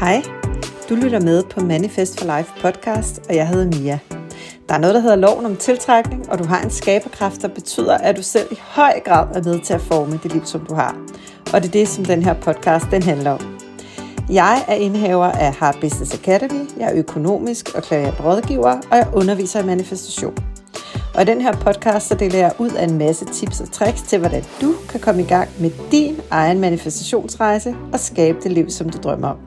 Hej, du lytter med på Manifest for Life podcast, og jeg hedder Mia. Der er noget, der hedder loven om tiltrækning, og du har en skaberkraft, der betyder, at du selv i høj grad er med til at forme det liv, som du har. Og det er det, som den her podcast den handler om. Jeg er indehaver af Heart Business Academy, jeg er økonomisk og klaverant rådgiver, og jeg underviser i manifestation. Og i den her podcast, så deler jeg ud af en masse tips og tricks til, hvordan du kan komme i gang med din egen manifestationsrejse og skabe det liv, som du drømmer om.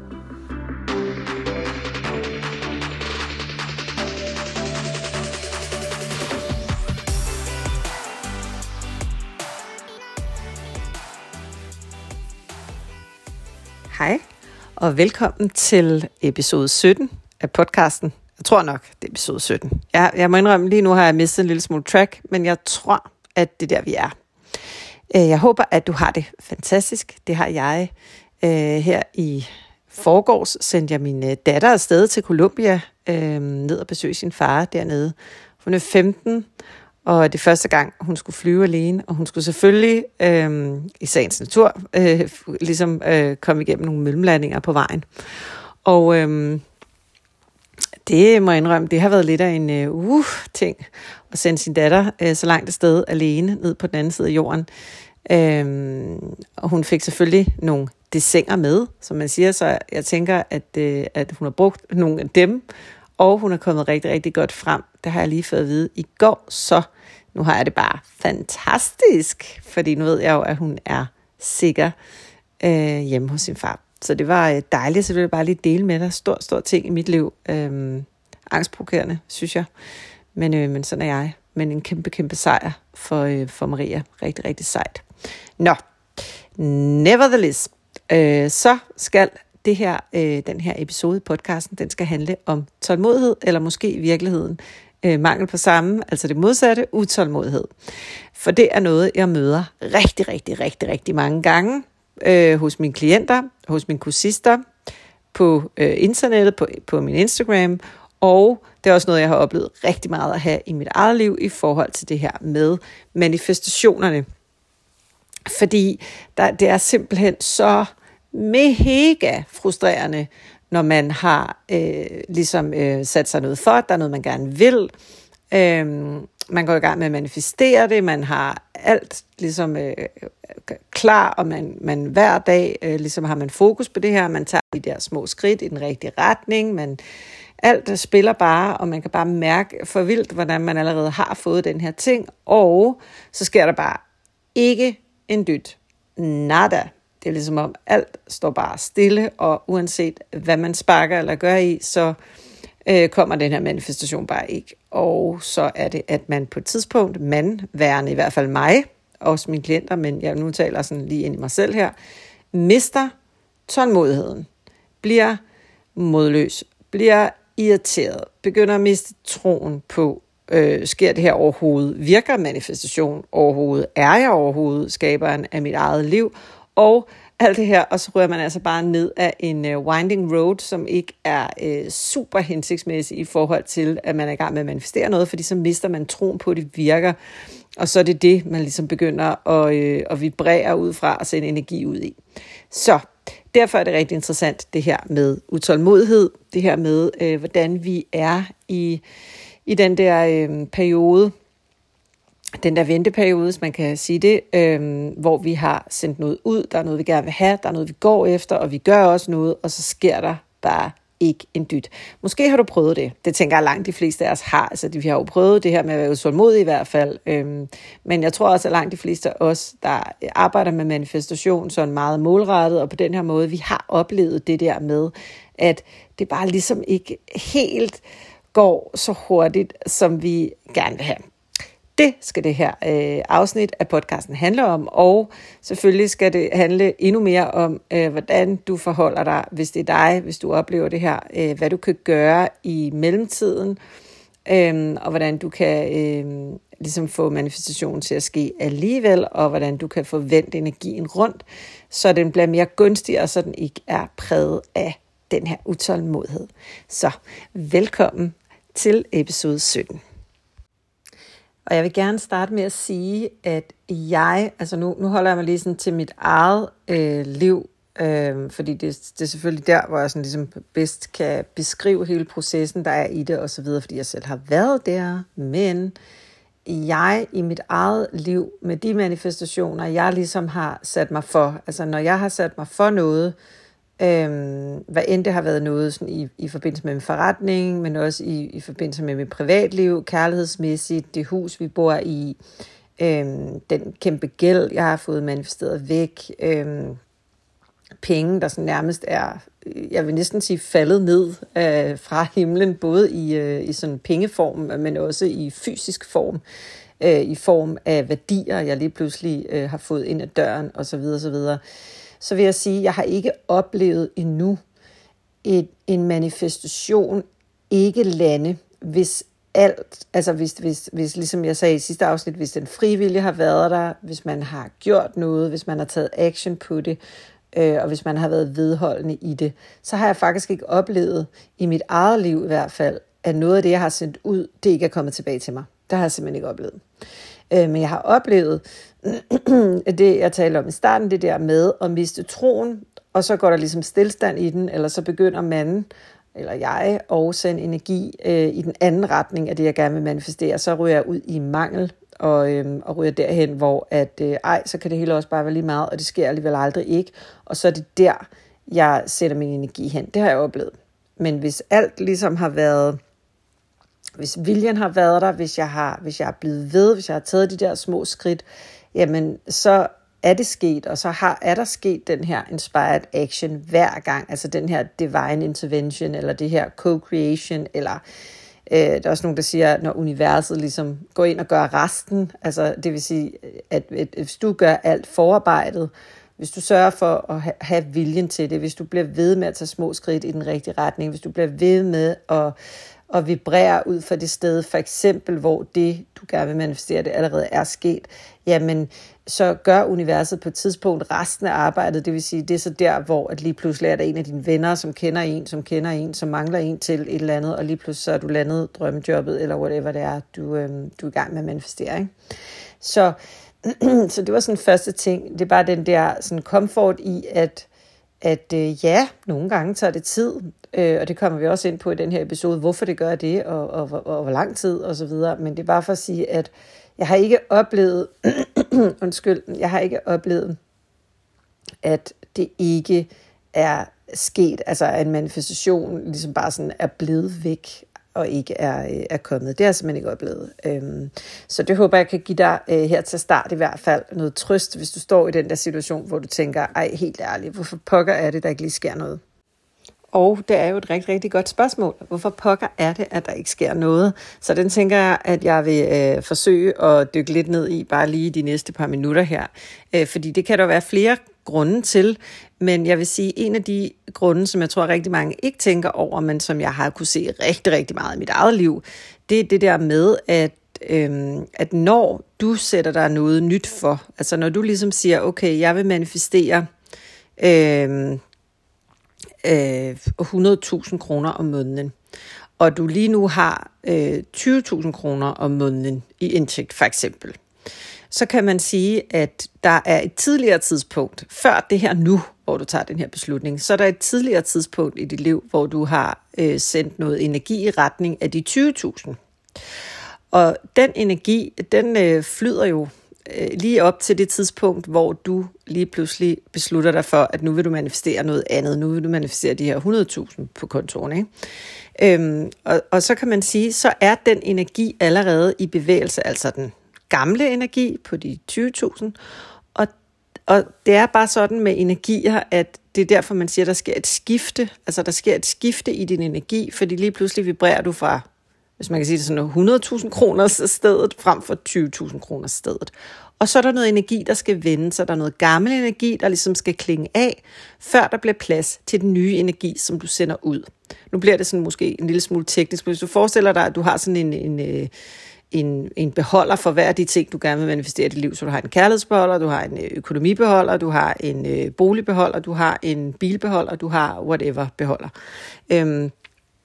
Hej, og velkommen til episode 17 af podcasten. Jeg tror nok, det er episode 17. Jeg må indrømme, lige nu har jeg mistet en lille smule track, men jeg tror, at det er der, vi er. Jeg håber, at du har det fantastisk. Det har jeg her i forgårs. Sendte jeg min datter afsted til Colombia, ned og besøge sin far dernede. Hun er 15, og det er første gang, hun skulle flyve alene, og hun skulle selvfølgelig i sagens natur komme igennem nogle mellemlandinger på vejen. Og det må jeg indrømme, det har været lidt af en ting at sende sin datter så langt afsted alene ned på den anden side af jorden. Og hun fik selvfølgelig nogle dessinger med, som man siger, så jeg tænker, at hun har brugt nogle af dem, og hun er kommet rigtig, rigtig godt frem. Det har jeg lige fået at vide i går, så nu har jeg det bare fantastisk, fordi nu ved jeg jo, at hun er sikker hjemme hos sin far. Så det var dejligt, så det vil jeg bare lige dele med dig. Stor ting i mit liv. Angstprovokerende, synes jeg. Men sådan er jeg. Men en kæmpe sejr for Maria. Rigtig, rigtig sejt. Nå, nevertheless, så skal den her episode i podcasten, den skal handle om tålmodighed, eller måske i virkeligheden mangel på samme, altså det modsatte, utålmodighed. For det er noget, jeg møder rigtig mange gange hos mine klienter, hos mine kursister, på internettet, på min Instagram, og det er også noget, jeg har oplevet rigtig meget at have i mit eget liv i forhold til det her med manifestationerne. Fordi det er simpelthen så mega frustrerende, når man har sat sig noget for, der er noget, man gerne vil. Man går i gang med at manifestere det, man har alt klar, og man hver dag har man fokus på det her, man tager de der små skridt i den rigtige retning, alt spiller bare, og man kan bare mærke for vildt, hvordan man allerede har fået den her ting, og så sker der bare ikke en dyt. Nada. Det er ligesom om alt står bare stille, og uanset hvad man sparker eller gør i, så kommer den her manifestation bare ikke. Og så er det, at man på et tidspunkt, værende i hvert fald mig, også mine klienter, men jeg nu taler sådan lige ind i mig selv her, mister tålmodigheden, bliver modløs, bliver irriteret, begynder at miste troen på, sker det her overhovedet? Virker manifestation overhovedet? Er jeg overhovedet skaberen af mit eget liv? Og alt det her, og så rører man altså bare ned af en winding road, som ikke er super hensigtsmæssig i forhold til, at man er i gang med at manifestere noget, fordi så mister man troen på, at det virker. Og så er det, man ligesom begynder at vibrere ud fra og sende energi ud i. Så derfor er det rigtig interessant, det her med utålmodighed, det her med, hvordan vi er i den der periode, den der venteperiode, hvis man kan sige det, hvor vi har sendt noget ud, der er noget, vi gerne vil have, der er noget, vi går efter, og vi gør også noget, og så sker der bare ikke en dyt. Måske har du prøvet det. Det tænker jeg langt de fleste af os har. Altså, vi har jo prøvet det her med at være utålmodige i hvert fald. Men jeg tror også, at langt de fleste af os, der arbejder med manifestation, sådan meget målrettet, og på den her måde, vi har oplevet det der med, at det bare ligesom ikke helt går så hurtigt, som vi gerne vil have. Det skal det her afsnit af podcasten handle om, og selvfølgelig skal det handle endnu mere om, hvordan du forholder dig, hvis det er dig, hvis du oplever det her, hvad du kan gøre i mellemtiden, og hvordan du kan få manifestationen til at ske alligevel, og hvordan du kan forvente energien rundt, så den bliver mere gunstig, og så den ikke er præget af den her utålmodighed. Så velkommen til episode 17. Og jeg vil gerne starte med at sige, at nu holder jeg mig lige sådan til mit eget liv, fordi det er selvfølgelig der, hvor jeg sådan ligesom bedst kan beskrive hele processen, der er i det og så videre, fordi jeg selv har været der, men jeg i mit eget liv med de manifestationer, jeg ligesom har sat mig for, altså når jeg har sat mig for noget, hvad end det har været noget sådan i forbindelse med min forretning, men også i forbindelse med mit privatliv, kærlighedsmæssigt, det hus vi bor i, den kæmpe gæld, jeg har fået manifesteret væk, penge, der sådan nærmest er, jeg vil næsten sige, faldet ned fra himlen, både i sådan pengeform, men også i fysisk form, i form af værdier, jeg lige pludselig har fået ind ad døren, osv. osv. Så vil jeg sige, at jeg har ikke oplevet endnu en manifestation ikke lande, hvis alt, altså hvis ligesom jeg sagde i sidste afsnit, hvis den frivillige har været der, hvis man har gjort noget, hvis man har taget action på det, og hvis man har været vedholdende i det, så har jeg faktisk ikke oplevet, i mit eget liv i hvert fald, at noget af det, jeg har sendt ud, det ikke er kommet tilbage til mig. Det har jeg simpelthen ikke oplevet. Men jeg har oplevet det, jeg talte om i starten, det der med at miste troen, og så går der ligesom stillstand i den, eller så begynder manden, eller jeg, at sende energi i den anden retning af det, jeg gerne vil manifestere. Så ryger jeg ud i mangel, og ryger derhen, hvor så kan det hele også bare være lige meget, og det sker alligevel aldrig ikke. Og så er det der, jeg sætter min energi hen. Det har jeg oplevet. Men hvis alt ligesom har været, hvis viljen har været der, hvis jeg er blevet ved, hvis jeg har taget de der små skridt, jamen så er det sket, og så er der sket den her inspired action hver gang, altså den her divine intervention, eller det her co-creation, eller der er også nogen, der siger, når universet ligesom går ind og gør resten, altså det vil sige, at hvis du gør alt forarbejdet, hvis du sørger for at have viljen til det, hvis du bliver ved med at tage små skridt i den rigtige retning, hvis du bliver ved med at vibrere ud fra det sted, for eksempel hvor det, du gerne vil manifestere, det allerede er sket, jamen så gør universet på et tidspunkt resten af arbejdet, det vil sige, det er så der, hvor at lige pludselig er der en af dine venner, som kender en, som mangler en til et eller andet, og lige pludselig så er du landet drømmejobbet, eller whatever det er, du er i gang med at manifestere. Ikke? Så det var sådan første ting, det er bare den der sådan comfort i, at ja, nogle gange tager det tid, og det kommer vi også ind på i den her episode, hvorfor det gør det, og hvor lang tid, og så videre, men det er bare for at sige, at jeg har ikke oplevet, at det ikke er sket, altså at en manifestation ligesom bare sådan er blevet væk, og ikke er kommet. Det har jeg simpelthen ikke oplevet. Så det håber jeg kan give dig her til start i hvert fald noget trøst, hvis du står i den der situation, hvor du tænker, ej helt ærligt, hvorfor pokker er det, der ikke lige sker noget? Og det er jo et rigtig, rigtig godt spørgsmål. Hvorfor pokker er det, at der ikke sker noget? Så den tænker jeg, at jeg vil forsøge at dykke lidt ned i, bare lige de næste par minutter her. Fordi det kan der være flere grunde til, men jeg vil sige, en af de grunde, som jeg tror rigtig mange ikke tænker over, men som jeg har kunne se rigtig, rigtig meget i mit eget liv, det er det der med, at når du sætter dig noget nyt for, altså når du ligesom siger, okay, jeg vil manifestere 100.000 kroner om måneden, og du lige nu har 20.000 kroner om måneden i indtægt for eksempel, så kan man sige, at der er et tidligere tidspunkt, før det her nu, hvor du tager den her beslutning, så er der et tidligere tidspunkt i dit liv, hvor du har sendt noget energi i retning af de 20.000. Og den energi, den flyder jo lige op til det tidspunkt, hvor du lige pludselig beslutter dig for, at nu vil du manifestere noget andet. Nu vil du manifestere de her 100.000 på kontoen. Ikke? Og så kan man sige, så er den energi allerede i bevægelse, altså den gamle energi på de 20.000. Og det er bare sådan med energier, at det er derfor, man siger, at der sker et skifte. Altså der sker et skifte i din energi, fordi lige pludselig vibrerer du fra, hvis man kan sige det sådan, 100.000 kroner stedet, frem for 20.000 kroner stedet. Og så er der noget energi, der skal vende, så der er noget gammel energi, der ligesom skal klinge af, før der bliver plads til den nye energi, som du sender ud. Nu bliver det sådan måske en lille smule teknisk, men hvis du forestiller dig, at du har sådan en beholder for hver af de ting, du gerne vil manifestere i dit liv. Så du har en kærlighedsbeholder, du har en økonomibeholder, du har en boligbeholder, du har en bilbeholder, du har whatever beholder.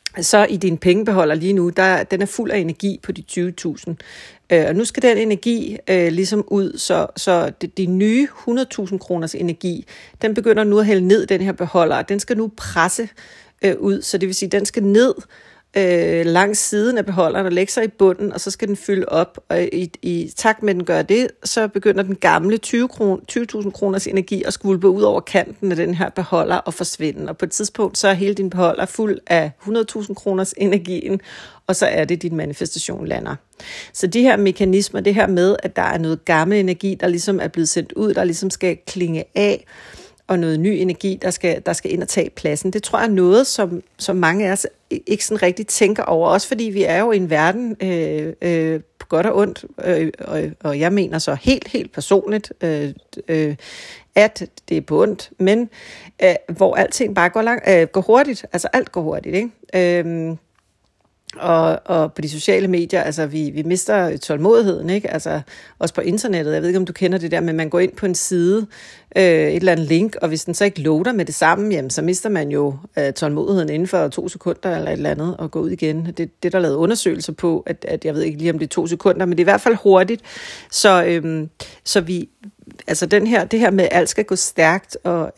så i din pengebeholder lige nu, den er fuld af energi på de 20.000. Og nu skal den energi ligesom ud, så de nye 100.000 kroners energi, den begynder nu at hælde ned den her beholder, og den skal nu presse ud, så det vil sige, den skal ned langs siden af beholderen og lægge sig i bunden, og så skal den fylde op, og i takt med, at den gør det, så begynder den gamle 20.000 kroners energi at skvulpe ud over kanten af den her beholder og forsvinde, og på et tidspunkt, så er hele din beholder fuld af 100.000 kroners energien, og så er det, din manifestation lander. Så de her mekanismer, det her med, at der er noget gammel energi, der ligesom er blevet sendt ud, der ligesom skal klinge af, og noget ny energi, der skal ind og tage pladsen. Det tror jeg er noget, som mange af os ikke sådan rigtig tænker over. Også fordi vi er jo i en verden på godt og ondt, og jeg mener så helt personligt, at det er på ondt, men hvor alting bare går hurtigt. Altså alt går hurtigt, ikke? Og på de sociale medier, altså vi mister tålmodigheden, ikke? Altså også på internettet, jeg ved ikke om du kender det der, men man går ind på en side, et eller andet link, og hvis den så ikke loader med det samme, jamen så mister man jo tålmodigheden inden for 2 sekunder eller et eller andet, og gå ud igen. Det der lavet undersøgelser på, at jeg ved ikke lige om det er 2 sekunder, men det er i hvert fald hurtigt, så vi, altså det her med at alt skal gå stærkt, og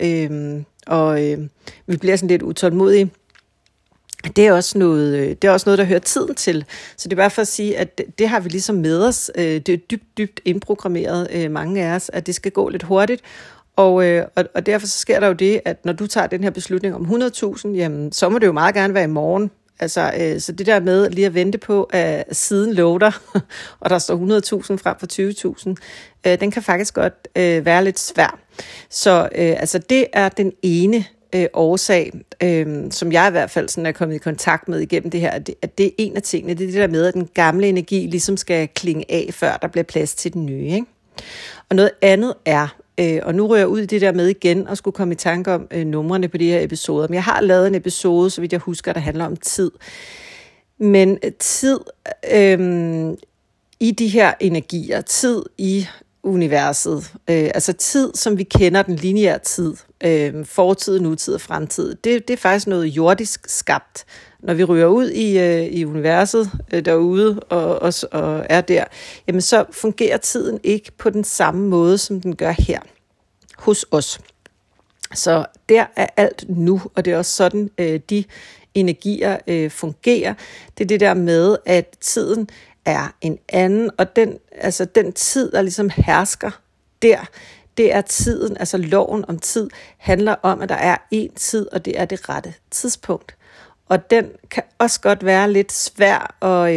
vi bliver sådan lidt utålmodige. Det er også noget, der hører tiden til. Så det er bare for at sige, at det har vi ligesom med os. Det er dybt indprogrammeret, mange af os, at det skal gå lidt hurtigt. Og derfor så sker der jo det, at når du tager den her beslutning om 100.000, jamen, så må det jo meget gerne være i morgen. Altså, så det der med lige at vente på, at siden loader, og der står 100.000 frem for 20.000, den kan faktisk godt være lidt svær. Så altså, det er den ene årsag, som jeg i hvert fald sådan er kommet i kontakt med igennem det her, at det er en af tingene, det er det der med, at den gamle energi ligesom skal klinge af, før der bliver plads til den nye, ikke? Og noget andet er, og nu rører jeg ud i det der med igen, og skulle komme i tanke om numrene på de her episoder, men jeg har lavet en episode, så vidt jeg husker, der handler om tid. Men tid i de her energier, tid i universet, altså tid, som vi kender den lineære tid, fortid, nutid og fremtid, det er faktisk noget jordisk skabt. Når vi ryger ud i universet derude og er der, jamen så fungerer tiden ikke på den samme måde, som den gør her hos os. Så der er alt nu, og det er også sådan, de energier fungerer. Det er det der med, at tiden er en anden, og den tid, der ligesom hersker der, det er tiden, altså loven om tid, handler om, at der er én tid, og det er det rette tidspunkt. Og den kan også godt være lidt svær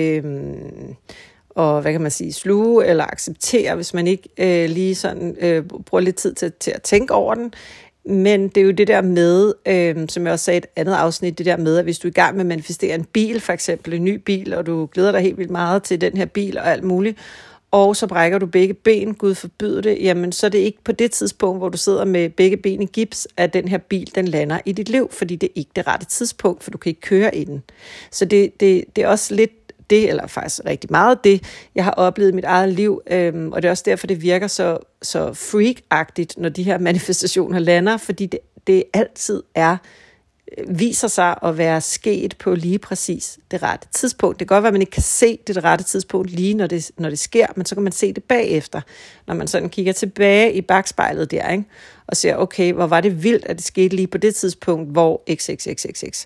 og hvad kan man sige, sluge eller acceptere, hvis man ikke lige sådan bruger lidt tid til at tænke over den. Men det er jo det der med, som jeg også sagde i et andet afsnit, det der med, at hvis du er i gang med at manifestere en bil, for eksempel en ny bil, og du glæder dig helt vildt meget til den her bil og alt muligt, og så brækker du begge ben, Gud forbyde det, jamen så er det ikke på det tidspunkt, hvor du sidder med begge ben i gips, at den her bil, den lander i dit liv, fordi det er ikke det rette tidspunkt, for du kan ikke køre i den. Så det er også lidt det, eller faktisk rigtig meget det, jeg har oplevet i mit eget liv, og det er også derfor, det virker så freak-agtigt, når de her manifestationer lander, fordi det altid viser sig at være sket på lige præcis det rette tidspunkt. Det kan godt være, at man ikke kan se det rette tidspunkt lige, når det sker, men så kan man se det bagefter, når man sådan kigger tilbage i bagspejlet der, ikke? Og ser, okay, hvor var det vildt, at det skete lige på det tidspunkt, hvor xxxxx.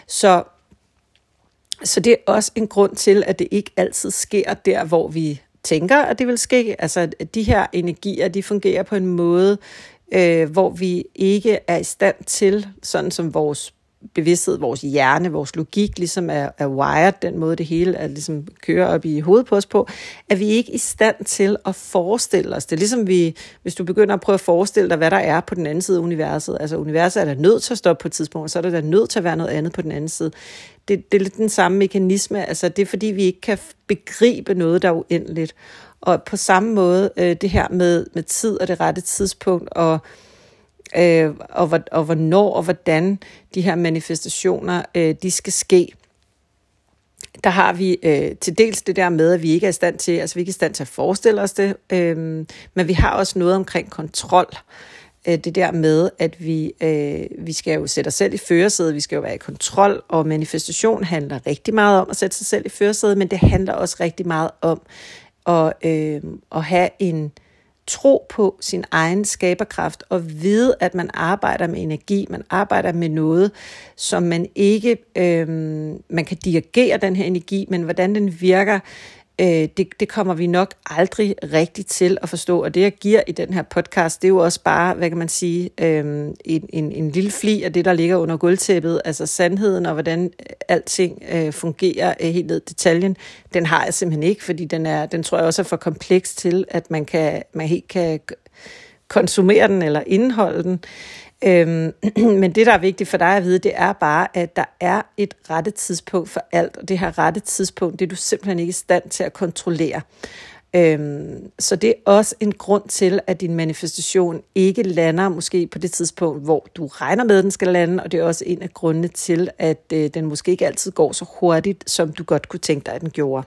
Så det er også en grund til, at det ikke altid sker der, hvor vi tænker, at det vil ske. Altså, de her energier, de fungerer på en måde, hvor vi ikke er i stand til, sådan som vores bevidsthed, vores hjerne, vores logik ligesom er wired, den måde det hele er ligesom kører op i hovedet på os på, at vi ikke er i stand til at forestille os. Det er ligesom hvis du begynder at prøve at forestille dig, hvad der er på den anden side af universet. Altså universet er der nødt til at stoppe på et tidspunkt, og så er der nødt til at være noget andet på den anden side. Det er lidt den samme mekanisme. Altså det er fordi, vi ikke kan begribe noget, der er uendeligt. Og på samme måde, det her med tid og det rette tidspunkt, og hvornår og hvordan de her manifestationer, de skal ske. Der har vi til dels det der med, at vi ikke er i stand til, altså vi ikke er i stand til at forestille os det, men vi har også noget omkring kontrol. det der med, at vi skal jo sætte os selv i førersædet, vi skal jo være i kontrol, og manifestation handler rigtig meget om at sætte sig selv i førersædet, men det handler også rigtig meget om at have en tro på sin egen skaberkraft og vide, at man arbejder med energi, man arbejder med noget, som man ikke, man kan dirigere den her energi, men hvordan den virker, det kommer vi nok aldrig rigtigt til at forstå, og det jeg giver i den her podcast, det er jo også bare, hvad kan man sige, en lille fli af det, der ligger under gulvtæppet, altså sandheden og hvordan alting fungerer helt ned i detaljen, den har jeg simpelthen ikke, fordi den tror jeg også er for kompleks til, at man helt kan konsumere den eller indeholde den. Men det, der er vigtigt for dig at vide, det er bare, at der er et rette tidspunkt for alt, og det her rette tidspunkt, det er du simpelthen ikke i stand til at kontrollere. Så det er også en grund til, at din manifestation ikke lander måske på det tidspunkt, hvor du regner med, at den skal lande, og det er også en af grundene til, at den måske ikke altid går så hurtigt, som du godt kunne tænke dig, at den gjorde.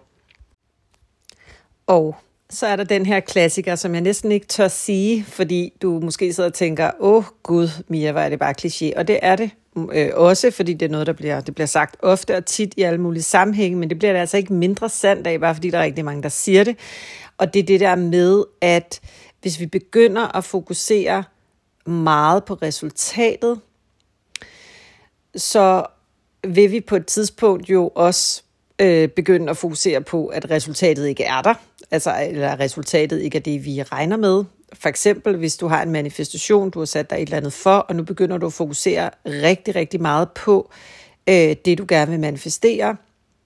Og så er der den her klassiker, som jeg næsten ikke tør sige, fordi du måske sidder og tænker, gud, Mia, hvor er det bare kliché. Og det er det også, fordi det er noget, det bliver sagt ofte og tit i alle mulige sammenhænge, men det bliver det altså ikke mindre sandt af, bare fordi der er rigtig mange, der siger det. Og det er det der med, at hvis vi begynder at fokusere meget på resultatet, så vil vi på et tidspunkt jo også begynde at fokusere på, at resultatet ikke er der. Eller resultatet ikke er det, vi regner med. For eksempel, hvis du har en manifestation, du har sat dig et eller andet for, og nu begynder du at fokusere rigtig, rigtig meget på det, du gerne vil manifestere.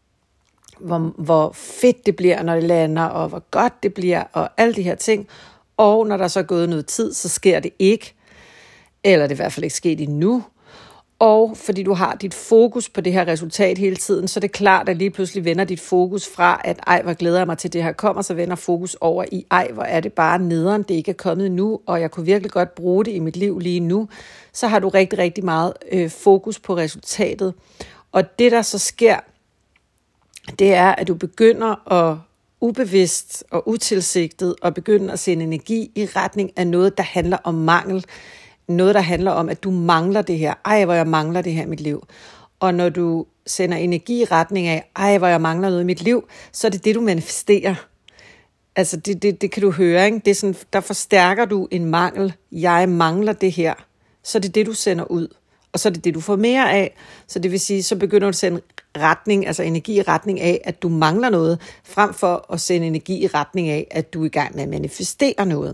Hvor fedt det bliver, når det lander, og hvor godt det bliver, og alle de her ting. Og når der så er gået noget tid, så sker det ikke. Eller det er i hvert fald ikke sket endnu. Og fordi du har dit fokus på det her resultat hele tiden, så er det klart, at lige pludselig vender dit fokus fra, at ej, hvor glæder jeg mig til det her kommer, så vender fokus over i, ej, hvor er det bare nederen, det ikke er kommet endnu, og jeg kunne virkelig godt bruge det i mit liv lige nu. Så har du rigtig, rigtig meget fokus på resultatet. Og det, der så sker, det er, at du begynder at ubevidst og utilsigtet og begynder at sende energi i retning af noget, der handler om mangel. Noget, der handler om, at du mangler det her. Ej, hvor jeg mangler det her i mit liv. Og når du sender energi i retning af, ej, hvor jeg mangler noget i mit liv, så er det det, du manifesterer. Altså, det kan du høre, ikke? Det er sådan, der forstærker du en mangel. Jeg mangler det her. Så er det det, du sender ud. Og så er det det, du får mere af. Så det vil sige, så begynder du at sende retning, altså energi i retning af, at du mangler noget, frem for at sende energi i retning af, at du er i gang med at manifestere noget.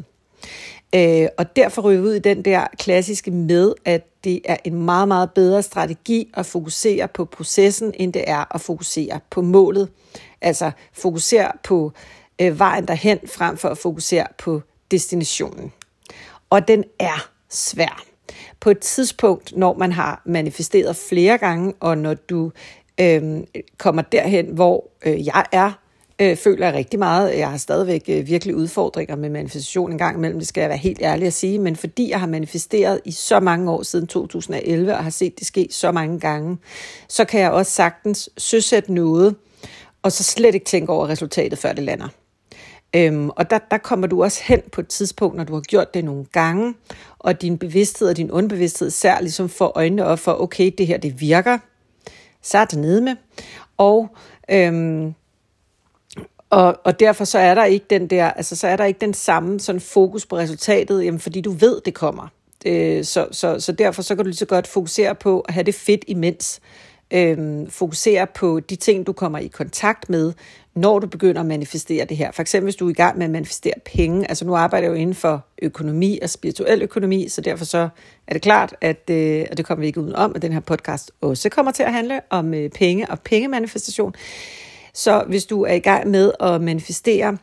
Og derfor ryger vi ud i den der klassiske med, at det er en meget, meget bedre strategi at fokusere på processen, end det er at fokusere på målet. Altså fokusere på vejen derhen, frem for at fokusere på destinationen. Og den er svær. På et tidspunkt, når man har manifesteret flere gange, og når du kommer derhen, hvor jeg er, føler jeg rigtig meget. Jeg har stadigvæk virkelig udfordringer med manifestation en gang imellem, det skal jeg være helt ærlig at sige, men fordi jeg har manifesteret i så mange år siden 2011, og har set det ske så mange gange, så kan jeg også sagtens søsætte noget, og så slet ikke tænke over resultatet, før det lander. Og der kommer du også hen på et tidspunkt, når du har gjort det nogle gange, og din bevidsthed og din underbevidsthed især ligesom får øjnene op for, okay, det her det virker, så er det nede med, og derfor så er der ikke den der, altså så er der ikke den samme sådan fokus på resultatet, jamen fordi du ved det kommer. Så derfor så kan du lige så godt fokusere på at have det fedt imens. Fokusere på de ting, du kommer i kontakt med, når du begynder at manifestere det her. For eksempel hvis du er i gang med at manifestere penge, altså nu arbejder jeg jo inden for økonomi og spirituel økonomi, så derfor så er det klart, at det kommer vi ikke udenom, at den her podcast også kommer til at handle om penge og pengemanifestation. Så hvis du er i gang med at manifestere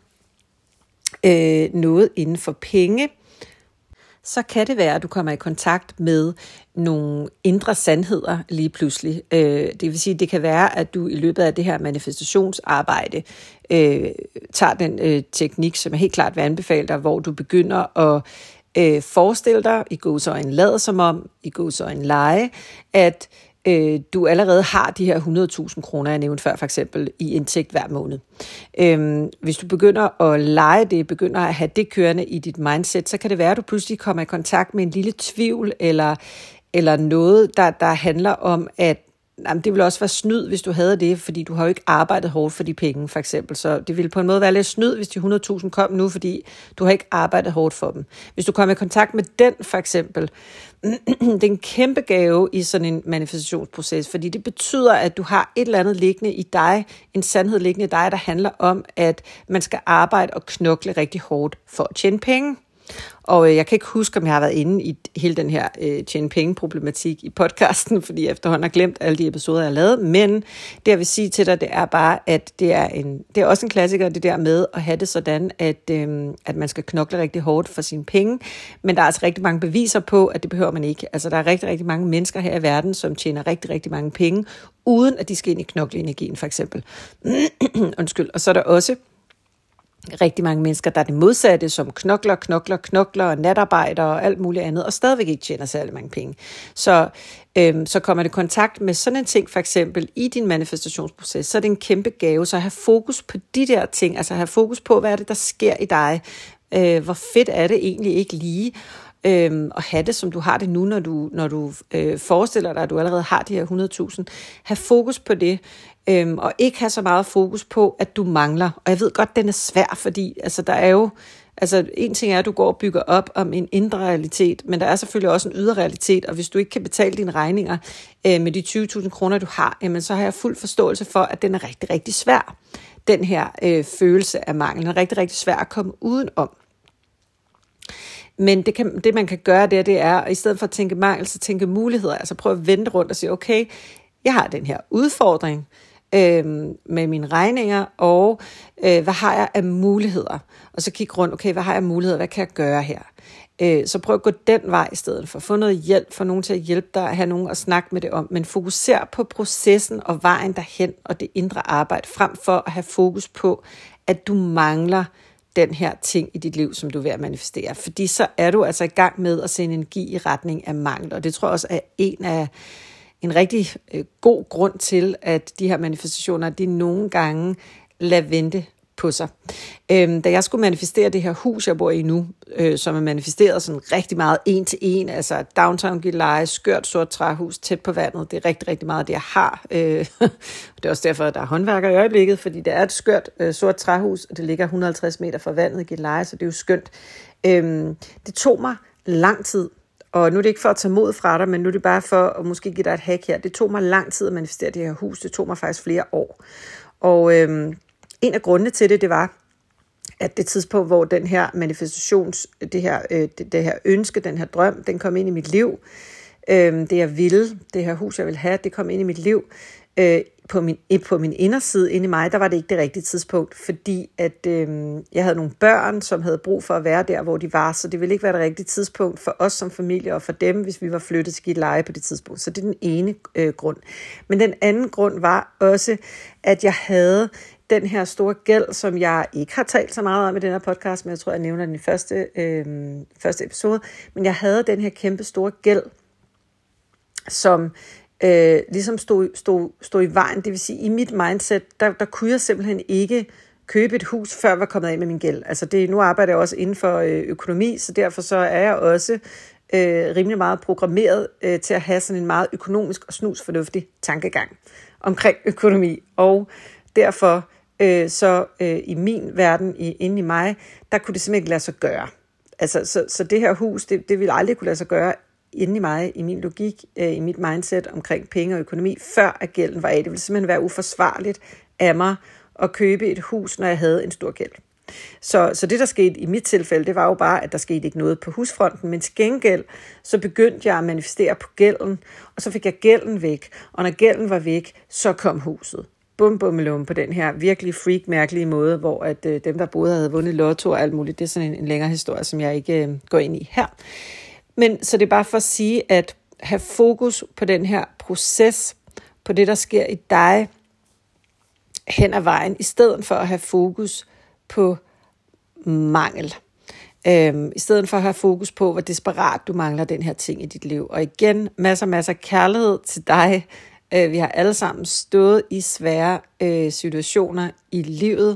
noget inden for penge, så kan det være, at du kommer i kontakt med nogle indre sandheder lige pludselig. Det vil sige, at det kan være, at du i løbet af det her manifestationsarbejde tager den teknik, som jeg helt klart vil anbefale dig, hvor du begynder at forestille dig, i gåseøjne lade som om, i gåseøjne lege, at du allerede har de her 100.000 kroner, jeg nævnte før, for eksempel i indtægt hver måned. Hvis du begynder at lege det, begynder at have det kørende i dit mindset, så kan det være, at du pludselig kommer i kontakt med en lille tvivl, eller noget, der handler om, at det ville også være snyd, hvis du havde det, fordi du har jo ikke arbejdet hårdt for de penge, for eksempel. Så det ville på en måde være lidt snyd, hvis de 100.000 kom nu, fordi du har ikke arbejdet hårdt for dem. Hvis du kommer i kontakt med den, for eksempel, det er en kæmpe gave i sådan en manifestationsproces, fordi det betyder, at du har et eller andet liggende i dig, en sandhed liggende i dig, der handler om, at man skal arbejde og knokle rigtig hårdt for at tjene penge. Og jeg kan ikke huske, om jeg har været inde i hele den her tjene penge-problematik i podcasten, fordi jeg efterhånden har glemt alle de episoder, jeg har lavet. Men det, jeg vil sige til dig, det er bare, at det er også en klassiker, det der med at have det sådan, at man skal knokle rigtig hårdt for sine penge. Men der er altså rigtig mange beviser på, at det behøver man ikke. Altså, der er rigtig, rigtig mange mennesker her i verden, som tjener rigtig, rigtig mange penge, uden at de skal ind i knokleenergien, for eksempel. Undskyld. Og så er der også rigtig mange mennesker, der er det modsatte, som knokler og natarbejder og alt muligt andet, og stadigvæk ikke tjener særlig mange penge. Så kommer det i kontakt med sådan en ting, for eksempel i din manifestationsproces, så er det en kæmpe gave, så at have fokus på de der ting, altså have fokus på, hvad er det, der sker i dig, hvor fedt er det egentlig ikke lige, og have det, som du har det nu, når du forestiller dig, at du allerede har de her 100.000. Have fokus på det, og ikke have så meget fokus på, at du mangler. Og jeg ved godt, den er svær, fordi der er jo, en ting er, at du går og bygger op om en indre realitet, men der er selvfølgelig også en ydre realitet, og hvis du ikke kan betale dine regninger med de 20.000 kroner, du har, jamen, så har jeg fuld forståelse for, at den er rigtig, rigtig svær. Den her følelse af mangel, den er rigtig, rigtig svær at komme udenom. Men det man kan gøre, det er, at i stedet for at tænke mangel, så tænke muligheder. Altså prøv at vende rundt og sige, okay, jeg har den her udfordring med mine regninger, og hvad har jeg af muligheder? Og så kig rundt, okay, hvad har jeg af muligheder? Hvad kan jeg gøre her? Så prøv at gå den vej i stedet for. Få noget hjælp, få nogen til at hjælpe dig, have nogen at snakke med det om, men fokuser på processen og vejen derhen og det indre arbejde, frem for at have fokus på, at du mangler den her ting i dit liv, som du er ved at manifestere. Fordi så er du altså i gang med at sende energi i retning af mangel. Og det tror jeg også er en rigtig god grund til, at de her manifestationer, de nogle gange lader vente på sig. Da jeg skulle manifestere det her hus, jeg bor i nu, som er manifesteret sådan rigtig meget en til en, altså downtown Gilleleje, skørt sort træhus, tæt på vandet, det er rigtig, rigtig meget det, jeg har. Det er også derfor, at der er håndværker i øjeblikket, fordi det er et skørt sort træhus, og det ligger 150 meter fra vandet i Gilleleje, så det er jo skønt. Det tog mig lang tid, og nu er det ikke for at tage mod fra dig, men nu er det bare for at måske give dig et hack her. Det tog mig lang tid at manifestere det her hus, det tog mig faktisk flere år. Og en af grundene til det var, at det tidspunkt, hvor den her manifestations, det her ønske, den her drøm, den kom ind i mit liv, det jeg ville, det her hus, jeg ville have, det kom ind i mit liv, på min inderside inde i mig, der var det ikke det rigtige tidspunkt, fordi at jeg havde nogle børn, som havde brug for at være der, hvor de var, så det ville ikke være det rigtige tidspunkt for os som familie og for dem, hvis vi var flyttet til Gilleleje på det tidspunkt. Så det er den ene grund. Men den anden grund var også, at jeg havde den her store gæld, som jeg ikke har talt så meget om i den her podcast, men jeg tror, jeg nævner den i første episode, men jeg havde den her kæmpe store gæld, som ligesom stod i vejen. Det vil sige, i mit mindset, der kunne jeg simpelthen ikke købe et hus, før jeg var kommet af med min gæld. Altså nu arbejder jeg også inden for økonomi, så derfor så er jeg også rimelig meget programmeret til at have sådan en meget økonomisk og snusfornuftig tankegang omkring økonomi. Og derfor i min verden, inde i mig, der kunne det simpelthen ikke lade sig gøre. Altså, så det her hus, det ville aldrig kunne lade sig gøre inde i mig, i min logik, i mit mindset omkring penge og økonomi, før at gælden var af. Det ville simpelthen være uforsvarligt af mig at købe et hus, når jeg havde en stor gæld. Så det, der skete i mit tilfælde, det var jo bare, at der skete ikke noget på husfronten, men til gengæld, så begyndte jeg at manifestere på gælden, og så fik jeg gælden væk, og når gælden var væk, så kom huset. Bum, på den her virkelig freak-mærkelige måde, hvor at dem, der boede, havde vundet lotto og alt muligt. Det er sådan en længere historie, som jeg ikke går ind i her. Men så det er bare for at sige, at have fokus på den her proces, på det, der sker i dig hen ad vejen, i stedet for at have fokus på mangel. I stedet for at have fokus på, hvor desperat du mangler den her ting i dit liv. Og igen, masser af kærlighed til dig. Vi har alle sammen stået i svære situationer i livet,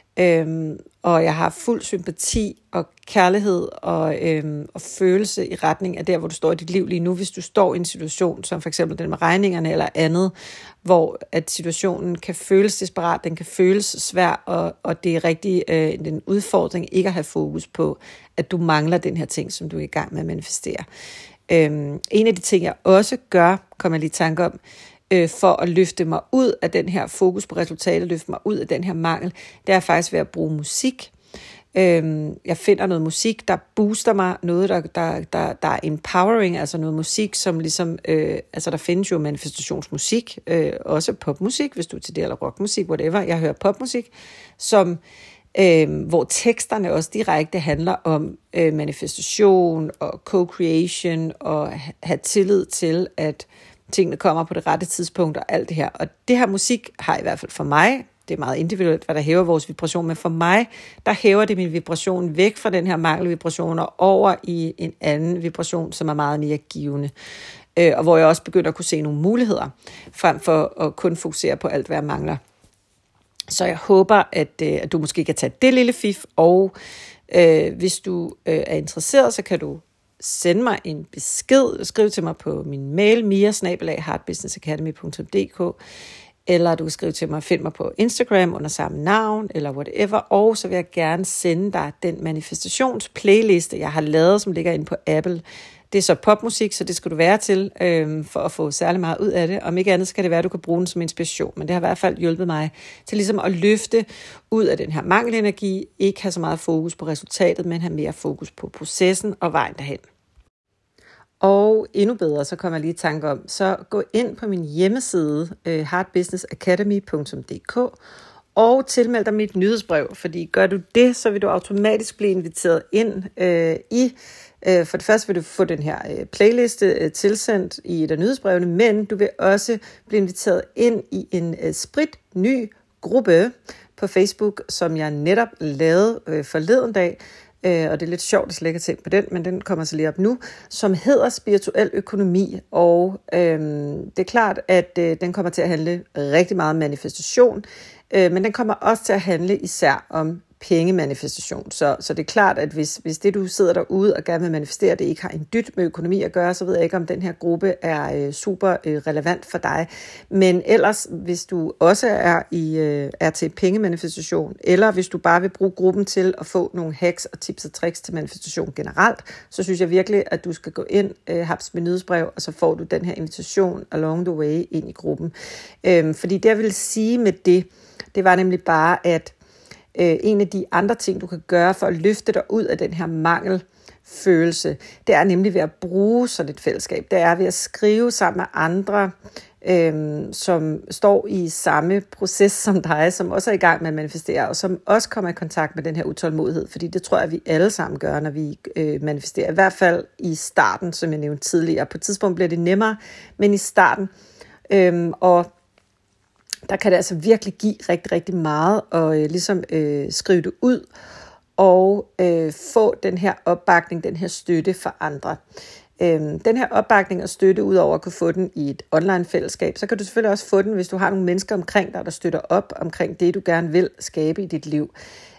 og jeg har fuld sympati og kærlighed og følelse i retning af der, hvor du står i dit liv lige nu. Hvis du står i en situation, som for eksempel den med regningerne eller andet, hvor at situationen kan føles desperat, den kan føles svær, og det er rigtig en udfordring ikke at have fokus på, at du mangler den her ting, som du er i gang med at manifestere. En af de ting, jeg også gør, kommer jeg lige i tanke om, for at løfte mig ud af den her fokus på resultatet, løfte mig ud af den her mangel, det er faktisk ved at bruge musik. Jeg finder noget musik, der booster mig, noget, der er empowering, altså noget musik, som ligesom, altså der findes jo manifestationsmusik, også popmusik, hvis du er til det, eller rockmusik, whatever. Jeg hører popmusik, som hvor teksterne også direkte handler om manifestation og co-creation og have tillid til, at tingene kommer på det rette tidspunkt og alt det her. Og det her musik har i hvert fald for mig, det er meget individuelt, hvad der hæver vores vibration, men for mig, der hæver det min vibration væk fra den her mangelvibration og over i en anden vibration, som er meget mere givende. Og hvor jeg også begynder at kunne se nogle muligheder, frem for at kun fokusere på alt, hvad jeg mangler. Så jeg håber, at du måske kan tage det lille fif, og hvis du er interesseret, så kan du send mig en besked, skriv til mig på min mail, mia@heartbusinessacademy.dk, eller du kan skrive til mig, find mig på Instagram under samme navn, eller whatever, og så vil jeg gerne sende dig den manifestationsplayliste, jeg har lavet, som ligger inde på Apple. Det er så popmusik, så det skal du være til, for at få særlig meget ud af det. Om ikke andet, så kan det være, at du kan bruge den som inspiration. Men det har i hvert fald hjulpet mig til ligesom at løfte ud af den her mangelenergi, ikke have så meget fokus på resultatet, men have mere fokus på processen og vejen derhen. Og endnu bedre, så kommer jeg lige i tanke om, så gå ind på min hjemmeside, heartbusinessacademy.dk, og tilmeld dig mit nyhedsbrev, fordi gør du det, så vil du automatisk blive inviteret ind for det første vil du få den her playliste tilsendt i et af nyhedsbrevene, men du vil også blive inviteret ind i en spritny gruppe på Facebook, som jeg netop lavede forleden dag, og det er lidt sjovt, at slet ikke tænke på den, men den kommer så lige op nu, som hedder Spirituel Økonomi, og det er klart, at den kommer til at handle rigtig meget om manifestation, men den kommer også til at handle især om pengemanifestation. Så det er klart, at hvis det, du sidder derude og gerne vil manifestere, det ikke har en dyt med økonomi at gøre, så ved jeg ikke, om den her gruppe er super relevant for dig. Men ellers, hvis du også er til pengemanifestation, eller hvis du bare vil bruge gruppen til at få nogle hacks og tips og tricks til manifestation generelt, så synes jeg virkelig, at du skal gå ind, haps med nyhedsbrev, og så får du den her invitation along the way ind i gruppen. Fordi det, jeg vil sige med det var nemlig bare, at en af de andre ting, du kan gøre for at løfte dig ud af den her mangelfølelse, det er nemlig ved at bruge sådan et fællesskab. Det er ved at skrive sammen med andre, som står i samme proces som dig, som også er i gang med at manifestere, og som også kommer i kontakt med den her utålmodighed, fordi det tror jeg, vi alle sammen gør, når vi manifesterer. I hvert fald i starten, som jeg nævnte tidligere. På et tidspunkt bliver det nemmere, men i starten. Og der kan det altså virkelig give rigtig, rigtig meget at skrive det ud og få den her opbakning, den her støtte fra andre. Den her opbakning og støtte, udover at kunne få den i et online fællesskab, så kan du selvfølgelig også få den, hvis du har nogle mennesker omkring dig, der støtter op omkring det, du gerne vil skabe i dit liv.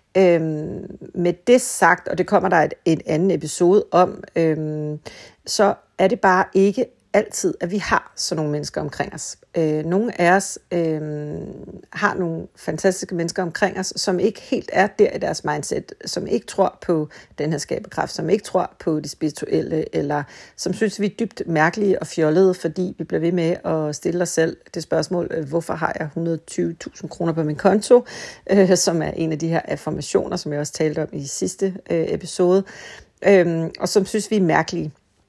Med det sagt, og det kommer der et anden episode om, så er det bare ikke altid, at vi har sådan nogle mennesker omkring os. Nogle af os har nogle fantastiske mennesker omkring os, som ikke helt er der i deres mindset, som ikke tror på den her skaberkraft, som ikke tror på det spirituelle, eller som synes, vi er dybt mærkelige og fjollede, fordi vi bliver ved med at stille os selv det spørgsmål, hvorfor har jeg 120.000 kroner på min konto, som er en af de her affirmationer, som jeg også talte om i sidste episode, og som synes, vi er mærkelige.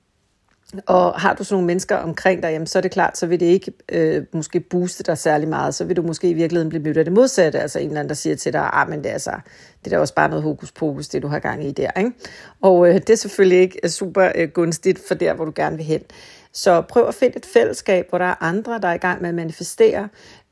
Og har du sådan nogle mennesker omkring dig, jamen, så er det klart, så vil det ikke måske booste dig særlig meget. Så vil du måske i virkeligheden blive mødt af det modsatte. Altså en eller anden, der siger til dig, men det er da også bare noget hokus pokus, det du har gang i der. Ikke? Og det er selvfølgelig ikke super gunstigt for der, hvor du gerne vil hen. Så prøv at finde et fællesskab, hvor der er andre, der er i gang med at manifestere,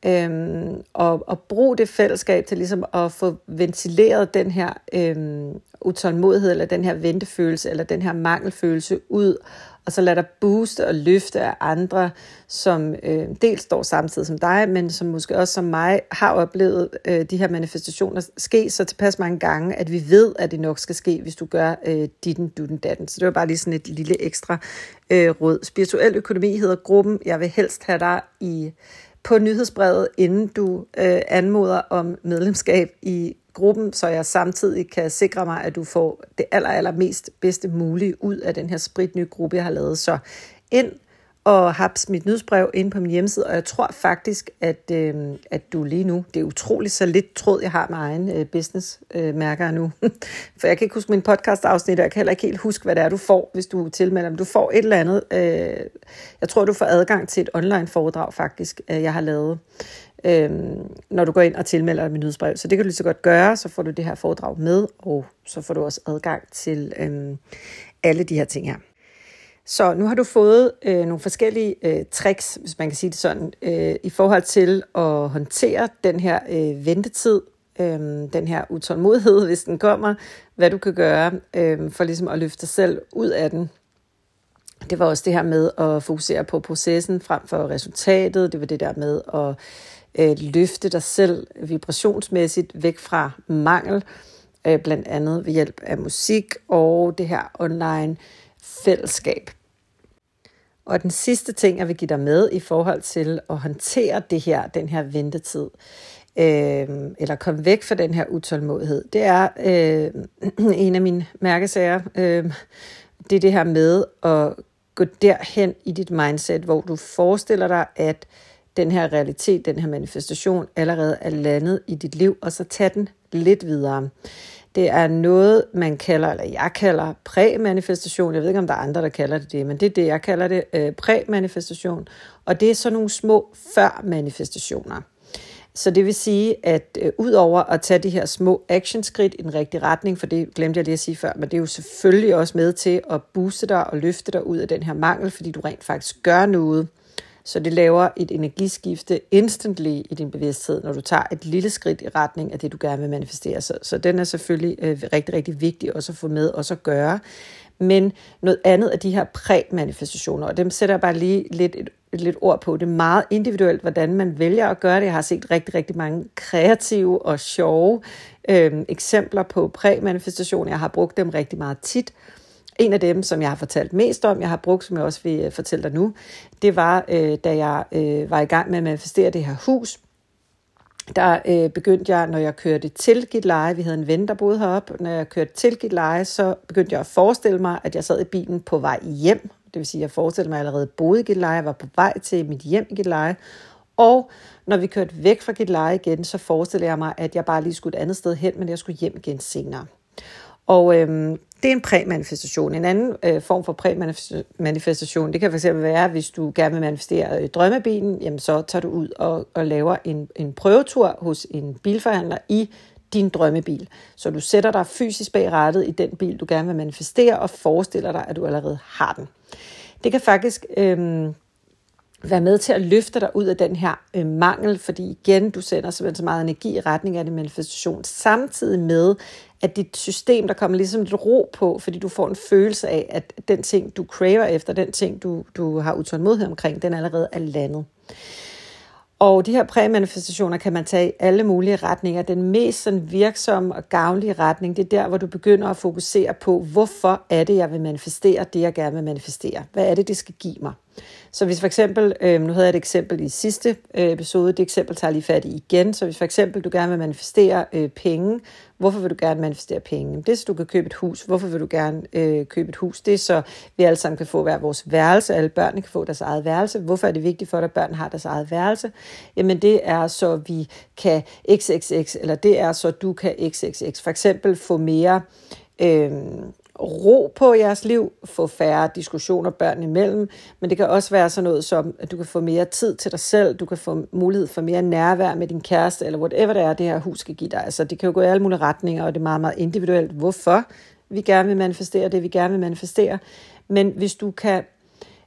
og brug det fællesskab til ligesom at få ventileret den her utålmodighed, eller den her ventefølelse, eller den her mangelfølelse ud, og så lad dig booste og løfte af andre, som dels står samtidig som dig, men som måske også som mig har oplevet de her manifestationer ske så tilpas mange gange, at vi ved, at det nok skal ske, hvis du gør ditten, dutten, datten. Så det var bare lige sådan et lille ekstra råd. Spirituel økonomi hedder gruppen. Jeg vil helst have dig på nyhedsbrevet, inden du anmoder om medlemskab i gruppen, så jeg samtidig kan sikre mig, at du får det allermest bedste mulige ud af den her spritnye gruppe, jeg har lavet. Så ind og haps mit nyhedsbrev inde på min hjemmeside, og jeg tror faktisk, at du lige nu, det er utroligt så lidt tråd, jeg har med egen business-mærker nu. For jeg kan ikke huske min podcast-afsnit, og jeg kan heller ikke helt huske, hvad det er, du får, hvis du tilmelder dem. Du får et eller andet. Jeg tror, du får adgang til et online-foredrag faktisk, jeg har lavet, når du går ind og tilmelder dig mit nyhedsbrev. Så det kan du lige så godt gøre, så får du det her foredrag med, og så får du også adgang til alle de her ting her. Så nu har du fået nogle forskellige tricks, hvis man kan sige det sådan, i forhold til at håndtere den her ventetid, den her utålmodighed, hvis den kommer, hvad du kan gøre for ligesom at løfte dig selv ud af den. Det var også det her med at fokusere på processen frem for resultatet. Det var det der med at løfte dig selv vibrationsmæssigt væk fra mangel, blandt andet ved hjælp af musik og det her online fællesskab. Og den sidste ting, jeg vil give dig med i forhold til at håndtere den her ventetid, eller komme væk fra den her utålmodighed, det er en af mine mærkesager. Det er det her med at gå derhen i dit mindset, hvor du forestiller dig, at den her realitet, den her manifestation allerede er landet i dit liv, og så tage den lidt videre. Det er noget, man kalder, eller jeg kalder præmanifestation. Jeg ved ikke, om der er andre, der kalder det, men det er det, jeg kalder det, præmanifestation. Og det er sådan nogle små før-manifestationer. Så det vil sige, at udover at tage de her små actionskridt i den rigtige retning, for det glemte jeg lige at sige før, men det er jo selvfølgelig også med til at booste dig og løfte dig ud af den her mangel, fordi du rent faktisk gør noget. Så det laver et energiskifte instantly i din bevidsthed, når du tager et lille skridt i retning af det, du gerne vil manifestere. Så den er selvfølgelig rigtig, rigtig vigtig også at få med, også at gøre. Men noget andet af de her præmanifestationer, og dem sætter jeg bare lige lidt ord på. Det er meget individuelt, hvordan man vælger at gøre det. Jeg har set rigtig, rigtig mange kreative og sjove eksempler på præmanifestation. Jeg har brugt dem rigtig meget tit. En af dem, som jeg har fortalt mest om, jeg har brugt, som jeg også vil fortælle dig nu, det var, da jeg var i gang med at manifestere det her hus. Der begyndte jeg, når jeg kørte til Gilleleje, vi havde en ven, der boede heroppe, når jeg kørte til Gilleleje, så begyndte jeg at forestille mig, at jeg sad i bilen på vej hjem. Det vil sige, at jeg forestillede mig, at jeg allerede boede i Gilleleje, jeg var på vej til mit hjem i Gilleleje. Og når vi kørte væk fra Gilleleje igen, så forestillede jeg mig, at jeg bare lige skulle et andet sted hen, men jeg skulle hjem igen senere. Og det er en præmanifestation. En anden form for præmanifestation, det kan fx være, hvis du gerne vil manifestere drømmebilen, jamen så tager du ud og laver en prøvetur hos en bilforhandler i din drømmebil. Så du sætter dig fysisk bag rattet i den bil, du gerne vil manifestere, og forestiller dig, at du allerede har den. Det kan faktisk være med til at løfte dig ud af den her mangel, fordi igen, du sender simpelthen så meget energi i retning af din manifestation, samtidig med, at dit system, der kommer ligesom lidt ro på, fordi du får en følelse af, at den ting, du craver efter, den ting, du har utålmodighed omkring, den allerede er landet. Og de her præmanifestationer kan man tage i alle mulige retninger. Den mest sådan virksomme og gavnlige retning, det er der, hvor du begynder at fokusere på, hvorfor er det, jeg vil manifestere det, jeg gerne vil manifestere. Hvad er det, det skal give mig? Så hvis for eksempel, nu havde jeg et eksempel i sidste episode, det eksempel tager jeg lige fat i igen. Så hvis for eksempel du gerne vil manifestere penge, hvorfor vil du gerne manifestere penge? Det er, så du kan købe et hus. Hvorfor vil du gerne købe et hus? Det er så, vi alle sammen kan få hver vores værelse. Alle børnene kan få deres eget værelse. Hvorfor er det vigtigt for dig, at børn har deres eget værelse? Jamen det er så, vi kan XXX, eller det er så, du kan XXX. For eksempel få mere ro på jeres liv, få færre diskussioner børn imellem, men det kan også være sådan noget som, at du kan få mere tid til dig selv, du kan få mulighed for mere nærvær med din kæreste, eller whatever det er, det her hus skal give dig. Altså det kan jo gå i alle mulige retninger, og det er meget, meget individuelt, hvorfor vi gerne vil manifestere det, vi gerne vil manifestere. Men hvis du kan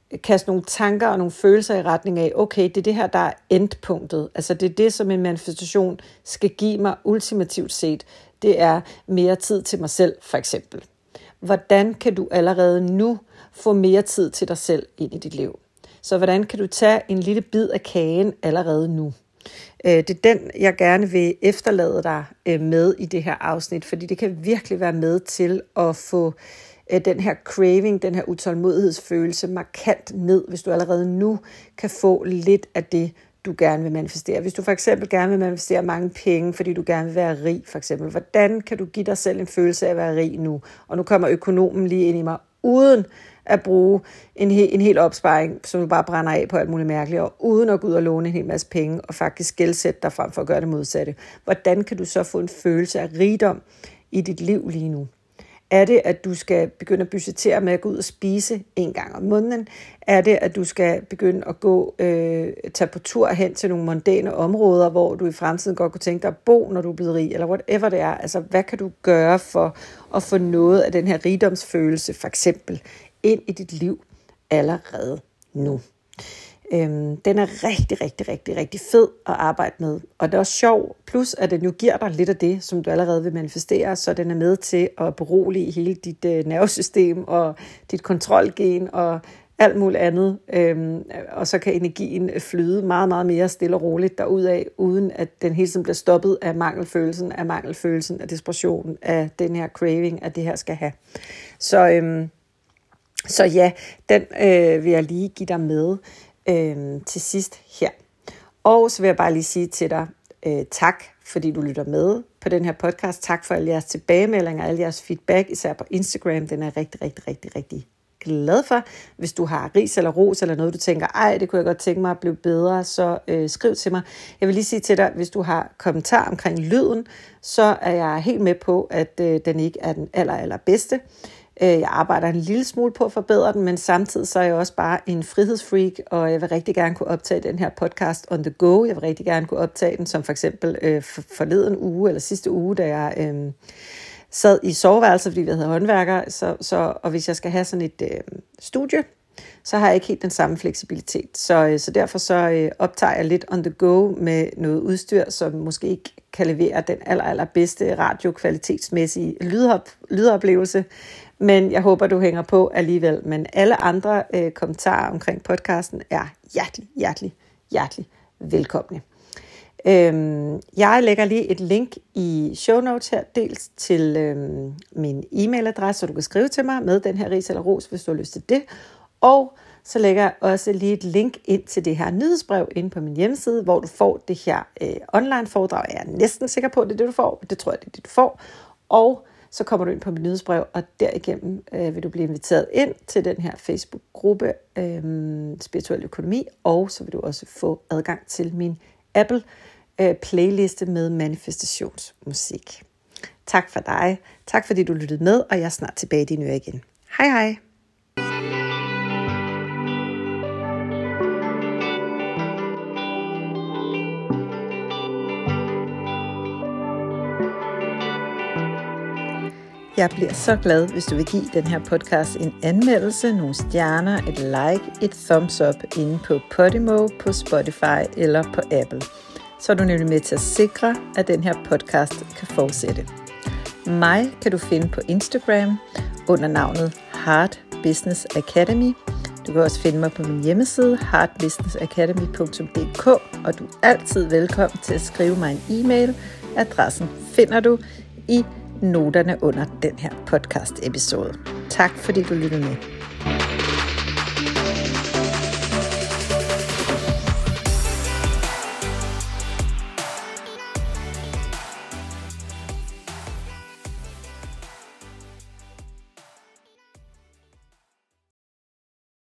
kaste nogle tanker og nogle følelser i retning af, okay, det er det her, der er endpunktet. Altså det er det, som en manifestation skal give mig ultimativt set. Det er mere tid til mig selv, for eksempel. Hvordan kan du allerede nu få mere tid til dig selv ind i dit liv? Så hvordan kan du tage en lille bid af kagen allerede nu? Det er den, jeg gerne vil efterlade dig med i det her afsnit, fordi det kan virkelig være med til at få den her craving, den her utålmodighedsfølelse markant ned, hvis du allerede nu kan få lidt af det, du gerne vil manifestere. Hvis du for eksempel gerne vil manifestere mange penge, fordi du gerne vil være rig, for eksempel, hvordan kan du give dig selv en følelse af at være rig nu? Og nu kommer økonomen lige ind i mig, uden at bruge en hel opsparing, som du bare brænder af på alt muligt mærkeligt, og uden at gå ud og låne en hel masse penge, og faktisk gældsætte dig frem for at gøre det modsatte. Hvordan kan du så få en følelse af rigdom i dit liv lige nu? Er det, at du skal begynde at budgettere med at gå ud og spise en gang om måneden? Er det, at du skal begynde at tage på tur hen til nogle mondæne områder, hvor du i fremtiden godt kunne tænke dig at bo, når du er blevet rig, eller whatever det er? Altså, hvad kan du gøre for at få noget af den her rigdomsfølelse, for eksempel, ind i dit liv allerede nu? Den er rigtig, rigtig, rigtig, rigtig fed at arbejde med. Og det er også sjov, plus at den jo giver dig lidt af det, som du allerede vil manifestere, så den er med til at berolige hele dit nervesystem og dit kontrolgen og alt muligt andet. Og så kan energien flyde meget, meget mere stille og roligt derudad, uden at den hele tiden bliver stoppet af mangelfølelsen, af desperationen, af den her craving, at det her skal have. Så ja, den vil jeg lige give dig med til sidst her. Og så vil jeg bare lige sige til dig tak, fordi du lytter med på den her podcast. Tak for alle jeres tilbagemeldinger, alle jeres feedback, især på Instagram. Den er jeg rigtig, rigtig, rigtig, rigtig glad for. Hvis du har ris eller ros eller noget, du tænker, ej, det kunne jeg godt tænke mig at blive bedre, så skriv til mig. Jeg vil lige sige til dig, hvis du har kommentar omkring lyden, så er jeg helt med på, at den ikke er den allerbedste. Jeg arbejder en lille smule på at forbedre den, men samtidig så er jeg også bare en frihedsfreak, og jeg vil rigtig gerne kunne optage den her podcast on the go. Jeg vil rigtig gerne kunne optage den, som for eksempel forleden uge eller sidste uge, da jeg sad i soveværelset, fordi vi havde håndværker. Og hvis jeg skal have sådan et studie, så har jeg ikke helt den samme fleksibilitet. Så derfor så optager jeg lidt on the go med noget udstyr, som måske ikke kan levere den allerbedste radiokvalitetsmæssige lydoplevelse. Men jeg håber, du hænger på alligevel. Men alle andre kommentarer omkring podcasten er hjertelig velkomne. Jeg lægger lige et link i show notes her, dels til min e-mailadresse, så du kan skrive til mig med den her ris eller ros, hvis du har lyst til det. Og så lægger jeg også lige et link ind til det her nyhedsbrev inde på min hjemmeside, hvor du får det her online foredrag. Jeg er næsten sikker på, at det er det, du får. Det tror jeg, det er det, du får. Og så kommer du ind på mit nyhedsbrev, og derigennem vil du blive inviteret ind til den her Facebook-gruppe Spirituel Økonomi, og så vil du også få adgang til min Apple playliste med manifestationsmusik. Tak for dig. Tak fordi du lyttede med, og jeg er snart tilbage i dine ører igen. Hej hej. Jeg bliver så glad, hvis du vil give den her podcast en anmeldelse, nogle stjerner, et like, et thumbs up inde på Podimo, på Spotify eller på Apple. Så er du nemlig med til at sikre, at den her podcast kan fortsætte. Mig kan du finde på Instagram under navnet Heart Business Academy. Du kan også finde mig på min hjemmeside heartbusinessacademy.dk, og du er altid velkommen til at skrive mig en e-mail. Adressen finder du i noterne under den her podcast episode. Tak fordi du lyttede med.